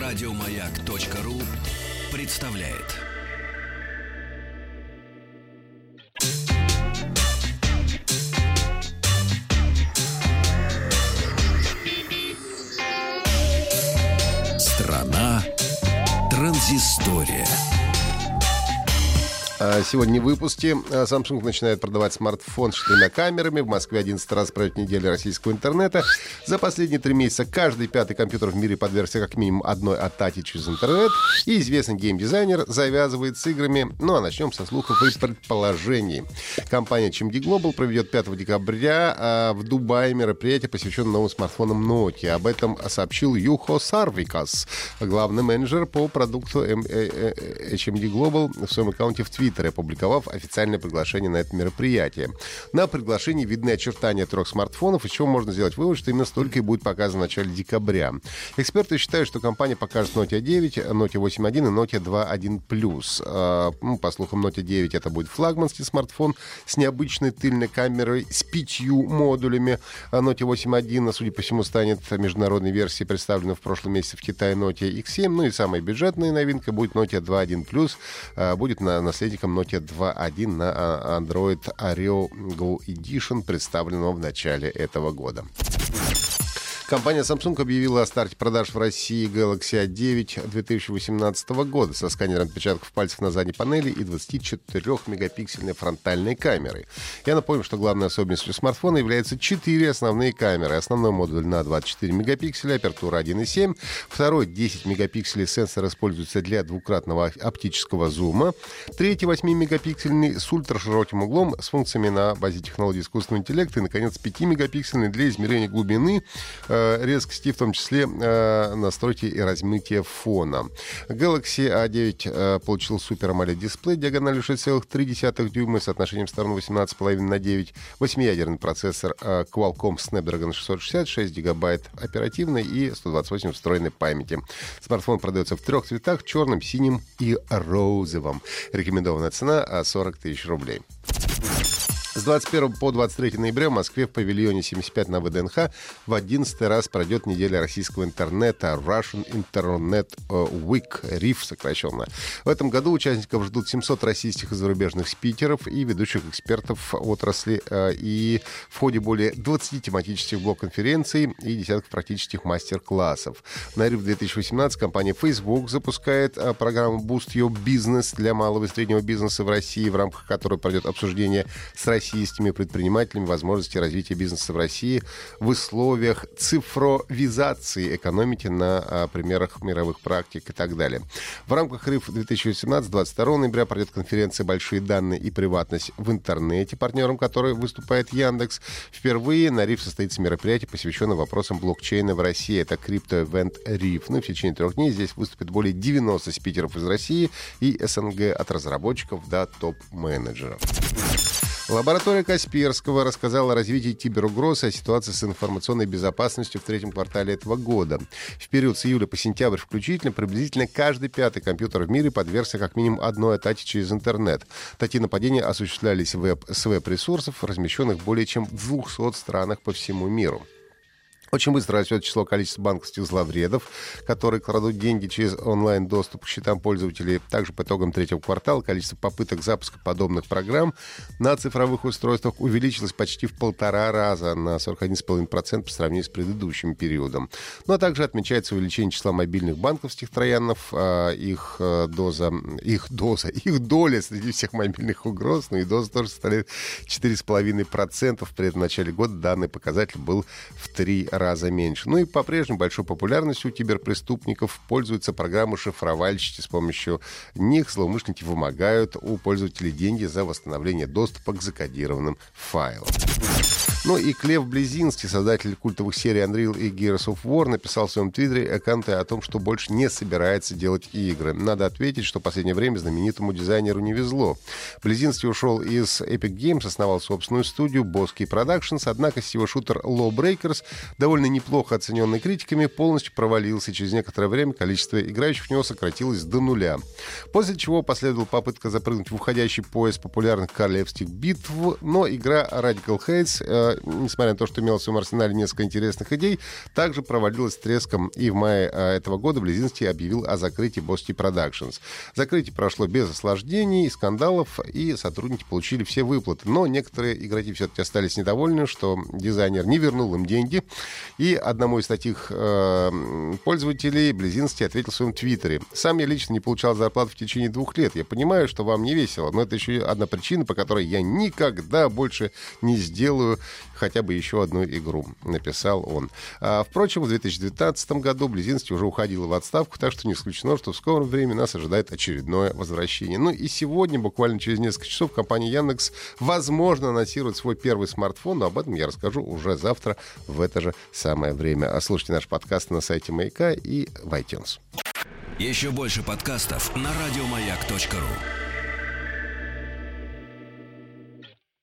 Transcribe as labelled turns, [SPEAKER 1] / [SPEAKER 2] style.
[SPEAKER 1] Радиомаяк.ру представляет. Страна транзистория.
[SPEAKER 2] Сегодня в выпуске. Samsung начинает продавать смартфон с 4 камерами. В Москве 11 раз пройдет неделя российского интернета. За последние 3 месяца каждый пятый компьютер в мире подвергся как минимум одной атаке через интернет. И известный геймдизайнер завязывает с играми. Ну а начнем со слухов и предположений. Компания HMD Global проведет 5 декабря в Дубае мероприятие, посвященное новым смартфонам Nokia. Об этом сообщил Юхо Сарвикас, главный менеджер по продукту HMD Global, в своем аккаунте в Твиттере, опубликовав официальное приглашение на это мероприятие. На приглашении видны очертания 3 смартфонов, из чего можно сделать вывод, что именно столько и будет показано в начале декабря. Эксперты считают, что компания покажет Nokia 9, Nokia 8.1 и Nokia 2.1 Plus. По слухам, Nokia 9 это будет флагманский смартфон с необычной тыльной камерой с 5 модулями. Nokia 8.1, судя по всему, станет международной версией, представленной в прошлом месяце в Китае Nokia X7. Ну и самая бюджетная новинка будет Nokia 2.1 Plus. Будет наследником Nokia 2.1 на Android Oreo Go Edition, представленного в начале этого года. Компания Samsung объявила о старте продаж в России Galaxy A9 2018 года со сканером отпечатков пальцев на задней панели и 24-мегапиксельной фронтальной камерой. Я напомню, что главной особенностью смартфона являются 4 основные камеры. Основной модуль на 24 мегапикселя, апертура 1.7. Второй 10 мегапикселей сенсор используется для двукратного оптического зума. Третий 8-мегапиксельный с ультрашироким углом с функциями на базе технологии искусственного интеллекта. И, наконец, 5-мегапиксельный для измерения глубины, резкости, в том числе настройки и размытия фона. Galaxy A9 получил Super AMOLED дисплей диагональю 6,3 дюйма с соотношением сторон 18,5 на 9, 8-ядерный процессор Qualcomm Snapdragon 660, 6 гигабайт оперативной и 128 встроенной памяти. Смартфон продается в 3 цветах: черным, синим и розовым. Рекомендованная цена 40 тысяч рублей. С 21 по 23 ноября в Москве в павильоне 75 на ВДНХ в 11-й раз пройдет неделя российского интернета Russian Internet Week, RIF сокращенно. В этом году участников ждут 700 российских и зарубежных спикеров и ведущих экспертов отрасли, и в ходе более 20 тематических блок-конференций и десятков практических мастер-классов. На RIF 2018 компания Facebook запускает программу Boost Your Business для малого и среднего бизнеса в России, в рамках которой пройдет обсуждение с российскими предпринимателями возможности развития бизнеса в России в условиях цифровизации экономики на примерах мировых практик и так далее. В рамках RIF 2018 22 ноября пройдет конференция «Большие данные и приватность в интернете», партнером которой выступает Яндекс. Впервые на RIF состоится мероприятие, посвященное вопросам блокчейна в России. Это крипто-эвент RIF. Ну и в течение 3 дней здесь выступит более 90 спикеров из России и СНГ, от разработчиков до топ-менеджеров. Лаборатория Касперского рассказала о развитии киберугроз и о ситуации с информационной безопасностью в 3-м квартале этого года. В период с июля по сентябрь включительно приблизительно каждый 5-й компьютер в мире подвергся как минимум одной атаке через интернет. Такие нападения осуществлялись с веб-ресурсов, размещенных более чем в 200 странах по всему миру. Очень быстро растет количество банковских зловредов, которые крадут деньги через онлайн-доступ к счетам пользователей. Также по итогам 3-го квартала количество попыток запуска подобных программ на цифровых устройствах увеличилось почти в 1,5 раза, на 41,5% по сравнению с предыдущим периодом. Ну а также отмечается увеличение числа мобильных банковских троянов, их доля среди всех мобильных угроз, ну и доза тоже составляет 4,5%. При этом в начале года данный показатель был в 3 раза меньше. Ну и по-прежнему большой популярностью у киберпреступников пользуются программы-шифровальщики. С помощью них злоумышленники вымогают у пользователей деньги за восстановление доступа к закодированным файлам. Ну и Клев Близинский, создатель культовых серий Unreal и Gears of War, написал в своем твиттере аккаунте о том, что больше не собирается делать игры. Надо ответить, что в последнее время знаменитому дизайнеру не везло. Близинский ушел из Epic Games, основал собственную студию Bosky Productions, однако сетевой шутер Lawbreakers довольно неплохо оцененный критиками, полностью провалился, и через некоторое время количество играющих в него сократилось до нуля. После чего последовала попытка запрыгнуть в уходящий пояс популярных королевских битв, но игра Radical Heights, несмотря на то, что имела в своем арсенале несколько интересных идей, также провалилась с треском, и в мае этого года Блезинский объявил о закрытии Bosti Productions. Закрытие прошло без осложнений, скандалов, и сотрудники получили все выплаты. Но некоторые игроки все-таки остались недовольны, что дизайнер не вернул им деньги. И одному из таких пользователей Блезинский ответил в своем твиттере: «Сам я лично не получал зарплату в течение 2 лет. Я понимаю, что вам не весело, но это еще одна причина, по которой я никогда больше не сделаю хотя бы еще одну игру», — написал он. Впрочем, в 2019 году Блезинский уже уходил в отставку, так что не исключено, что в скором времени нас ожидает очередное возвращение. Ну и сегодня, буквально через несколько часов, компания Яндекс, возможно, анонсирует свой первый смартфон, но об этом я расскажу уже завтра в это же самое время. Слушайте наш подкаст на сайте Маяка и в iTunes.
[SPEAKER 1] Еще больше подкастов на радиомаяк.ру.